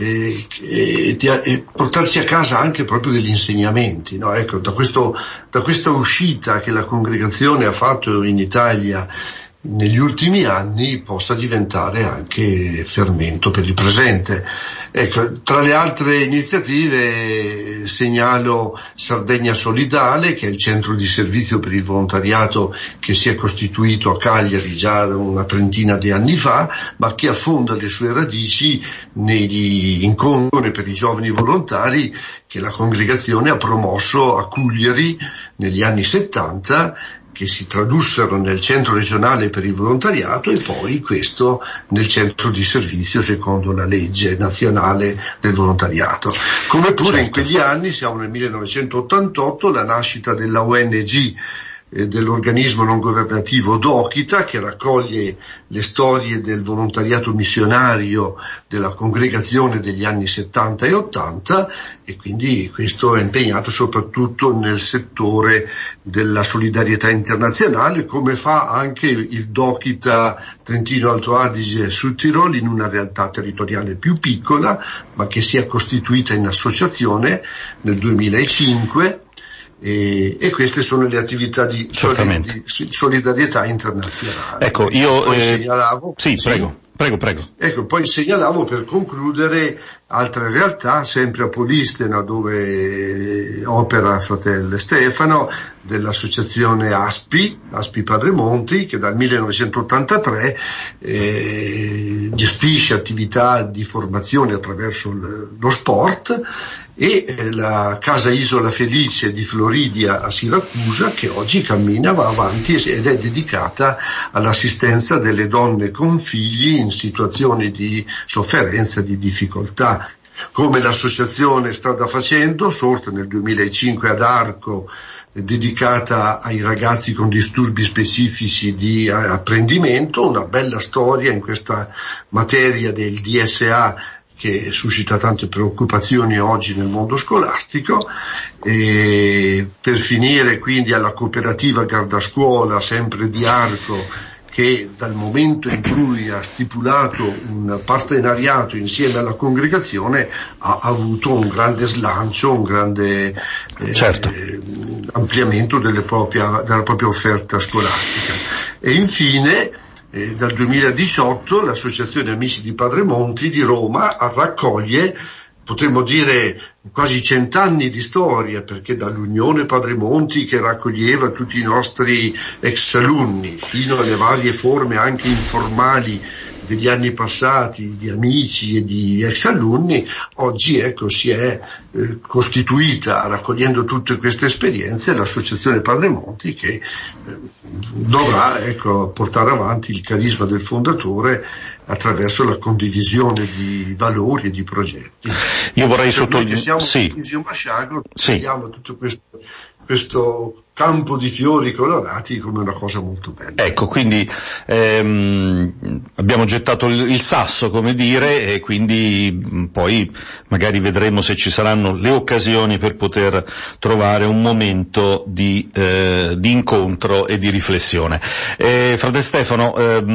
e portarsi a casa anche proprio degli insegnamenti, no? Ecco, da questa uscita che la congregazione ha fatto in Italia negli ultimi anni possa diventare anche fermento per il presente. Ecco, tra le altre iniziative segnalo Sardegna Solidale, che è il centro di servizio per il volontariato che si è costituito a Cagliari già una trentina di anni fa, ma che affonda le sue radici negli incontri per i giovani volontari che la congregazione ha promosso a Cugliari negli anni 70, che si tradussero nel centro regionale per il volontariato e poi questo nel centro di servizio secondo la legge nazionale del volontariato. Come pure in quegli anni, siamo nel 1988, la nascita della ONG, dell'organismo non governativo Dokita, che raccoglie le storie del volontariato missionario della congregazione degli anni 70 e 80, e quindi questo è impegnato soprattutto nel settore della solidarietà internazionale, come fa anche il Dokita Trentino Alto Adige Sud Tirol, in una realtà territoriale più piccola ma che si è costituita in associazione nel 2005. E queste sono le attività di solidarietà internazionale. Ecco, io segnalavo. Sì, prego. Ecco, poi segnalavo per concludere altre realtà, sempre a Polistena, dove opera fratello Stefano, dell'associazione ASPI Padre Monti, che dal 1983 gestisce attività di formazione attraverso lo sport, e la Casa Isola Felice di Floridia a Siracusa, che oggi cammina, va avanti ed è dedicata all'assistenza delle donne con figli in situazioni di sofferenza, di difficoltà. Come l'associazione Strada Facendo, sorta nel 2005 ad Arco, dedicata ai ragazzi con disturbi specifici di apprendimento, una bella storia in questa materia del DSA che suscita tante preoccupazioni oggi nel mondo scolastico. E per finire quindi alla cooperativa Guardascuola, sempre di Arco, che dal momento in cui ha stipulato un partenariato insieme alla congregazione ha avuto un grande slancio, un grande ampliamento della propria offerta scolastica. E infine dal 2018 l'Associazione Amici di Padre Monti di Roma raccoglie, potremmo dire, quasi 100 anni di storia, perché dall'Unione Padre Monti, che raccoglieva tutti i nostri ex alunni, fino alle varie forme anche informali degli anni passati di amici e di ex alunni, oggi si è costituita, raccogliendo tutte queste esperienze, l'associazione Padre Monti, che dovrà portare avanti il carisma del fondatore attraverso la condivisione di valori e di progetti. Io vorrei sottolineare, siamo in Masciagro, vediamo tutto questo campo di fiori colorati come una cosa molto bella. Ecco, quindi abbiamo gettato il sasso, come dire, e quindi poi magari vedremo se ci saranno le occasioni per poter trovare un momento di incontro e di riflessione. Frate Stefano,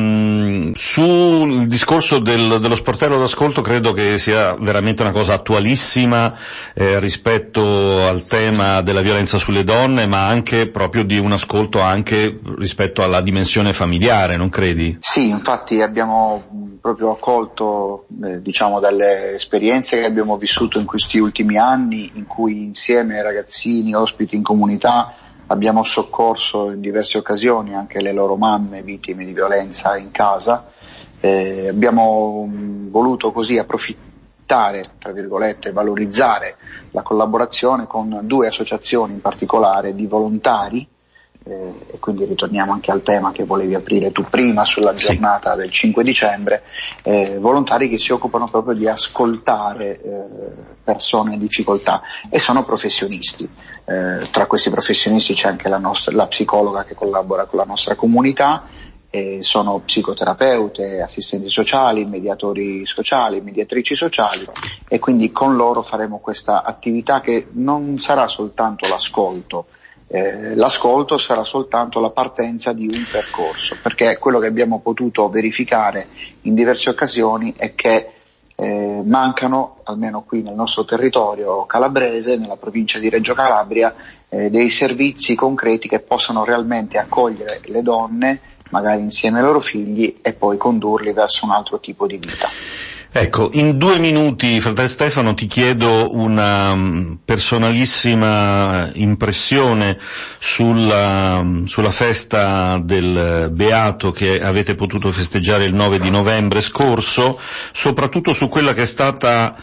sul discorso dello sportello d'ascolto credo che sia veramente una cosa attualissima rispetto al tema della violenza sulle donne, ma anche proprio di un ascolto anche rispetto alla dimensione familiare, non credi? Sì, infatti abbiamo proprio accolto dalle esperienze che abbiamo vissuto in questi ultimi anni, in cui insieme ai ragazzini ospiti in comunità abbiamo soccorso in diverse occasioni anche le loro mamme vittime di violenza in casa. Abbiamo voluto così approfittare, tra virgolette, valorizzare la collaborazione con 2 associazioni in particolare di volontari, e quindi ritorniamo anche al tema che volevi aprire tu prima sulla giornata del 5 dicembre, volontari che si occupano proprio di ascoltare persone in difficoltà e sono professionisti. Tra questi professionisti c'è anche la psicologa che collabora con la nostra comunità, sono psicoterapeute, assistenti sociali, mediatori sociali, mediatrici sociali, e quindi con loro faremo questa attività che non sarà soltanto l'ascolto. L'ascolto sarà soltanto la partenza di un percorso, perché quello che abbiamo potuto verificare in diverse occasioni è che mancano, almeno qui nel nostro territorio calabrese, nella provincia di Reggio Calabria, dei servizi concreti che possano realmente accogliere le donne, magari insieme ai loro figli, e poi condurli verso un altro tipo di vita. Ecco, in 2 minuti, fratello Stefano, ti chiedo una personalissima impressione sulla festa del Beato che avete potuto festeggiare il 9 di novembre scorso, soprattutto su quella che è stata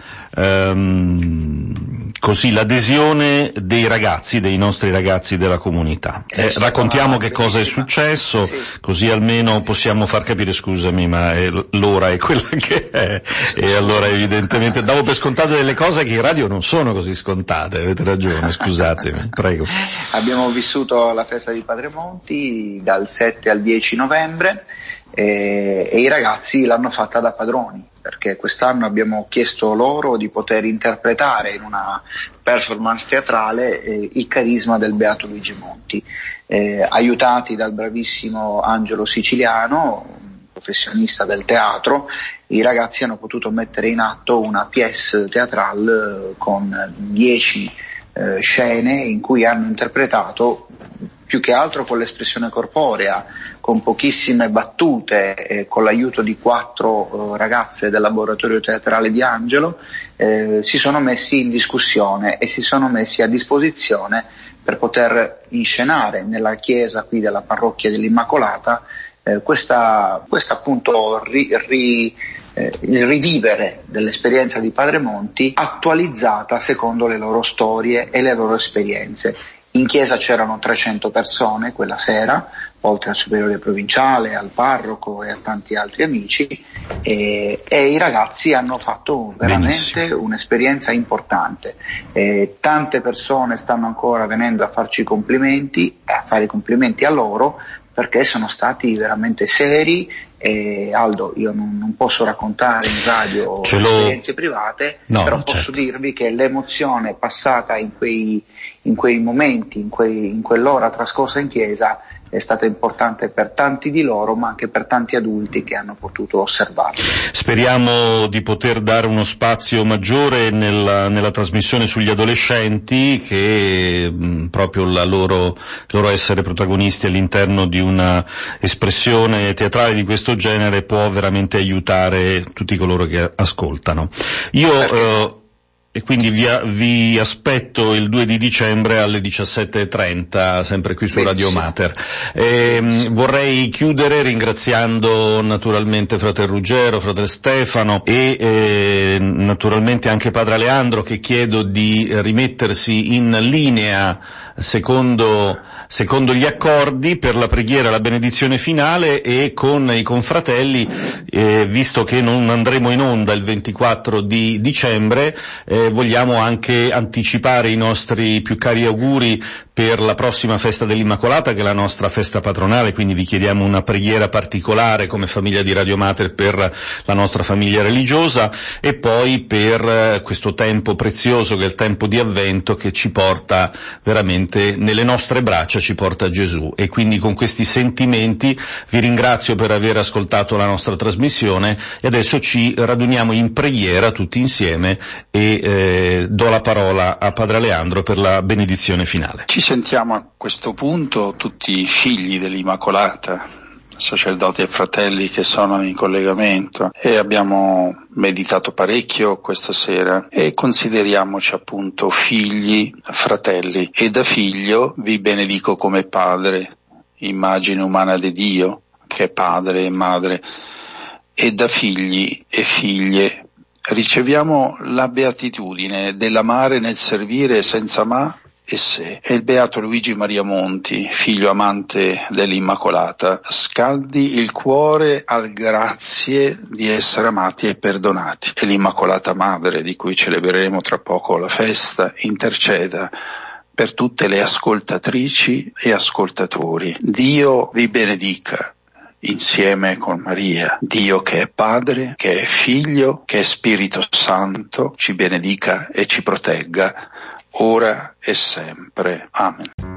l'adesione dei nostri ragazzi della comunità. Raccontiamo che cosa è successo, sì. Così almeno possiamo far capire, scusami, ma l'ora è quella che è, e allora evidentemente davo per scontate delle cose che in radio non sono così scontate, avete ragione, scusatemi, prego. Abbiamo vissuto la festa di Padre Monti dal 7 al 10 novembre e i ragazzi l'hanno fatta da padroni, perché quest'anno abbiamo chiesto loro di poter interpretare in una performance teatrale il carisma del Beato Luigi Monti, aiutati dal bravissimo Angelo Siciliano, professionista del teatro. I ragazzi hanno potuto mettere in atto una pièce teatrale con 10 scene in cui hanno interpretato, più che altro con l'espressione corporea, con pochissime battute, con l'aiuto di 4 ragazze del laboratorio teatrale di Angelo, si sono messi in discussione e si sono messi a disposizione per poter inscenare nella chiesa qui della parrocchia dell'Immacolata questa appunto il rivivere dell'esperienza di Padre Monti, attualizzata secondo le loro storie e le loro esperienze. In chiesa c'erano 300 persone quella sera, oltre al superiore provinciale, al parroco e a tanti altri amici, e i ragazzi hanno fatto veramente un'esperienza importante. Tante persone stanno ancora venendo a farci complimenti, a fare i complimenti a loro, perché sono stati veramente seri. Aldo, io non posso raccontare in radio esperienze private, però posso dirvi che l'emozione passata in quei momenti, in quell'ora trascorsa in chiesa, è stata importante per tanti di loro, ma anche per tanti adulti che hanno potuto osservarlo. Speriamo di poter dare uno spazio maggiore nella trasmissione sugli adolescenti, che proprio il loro essere protagonisti all'interno di una espressione teatrale di questo genere può veramente aiutare tutti coloro che ascoltano. E quindi vi aspetto il 2 di dicembre alle 17:30, sempre qui su Radio Mater. Vorrei chiudere ringraziando naturalmente Frater Ruggero, Frater Stefano e naturalmente anche Padre Aleandro, che chiedo di rimettersi in linea secondo gli accordi per la preghiera e la benedizione finale, e con i confratelli, visto che non andremo in onda il 24 di dicembre, vogliamo anche anticipare i nostri più cari auguri per la prossima festa dell'Immacolata, che è la nostra festa patronale, quindi vi chiediamo una preghiera particolare come famiglia di Radio Mater per la nostra famiglia religiosa, e poi per questo tempo prezioso che è il tempo di Avvento, che ci porta veramente nelle nostre braccia, ci porta Gesù. E quindi con questi sentimenti vi ringrazio per aver ascoltato la nostra trasmissione, e adesso ci raduniamo in preghiera tutti insieme e do la parola a Padre Aleandro per la benedizione finale. Ci sentiamo a questo punto tutti figli dell'Immacolata, sacerdoti e fratelli che sono in collegamento, e abbiamo meditato parecchio questa sera e consideriamoci appunto figli, fratelli, e da figlio vi benedico come padre, immagine umana di Dio, che è padre e madre, e da figli e figlie riceviamo la beatitudine dell'amare nel servire senza ma e sé. E il beato Luigi Maria Monti, figlio amante dell'Immacolata, scaldi il cuore al grazie di essere amati e perdonati. E l'Immacolata Madre, di cui celebreremo tra poco la festa, interceda per tutte le ascoltatrici e ascoltatori. Dio vi benedica insieme con Maria. Dio, che è Padre, che è Figlio, che è Spirito Santo, ci benedica e ci protegga ora e sempre. Amen.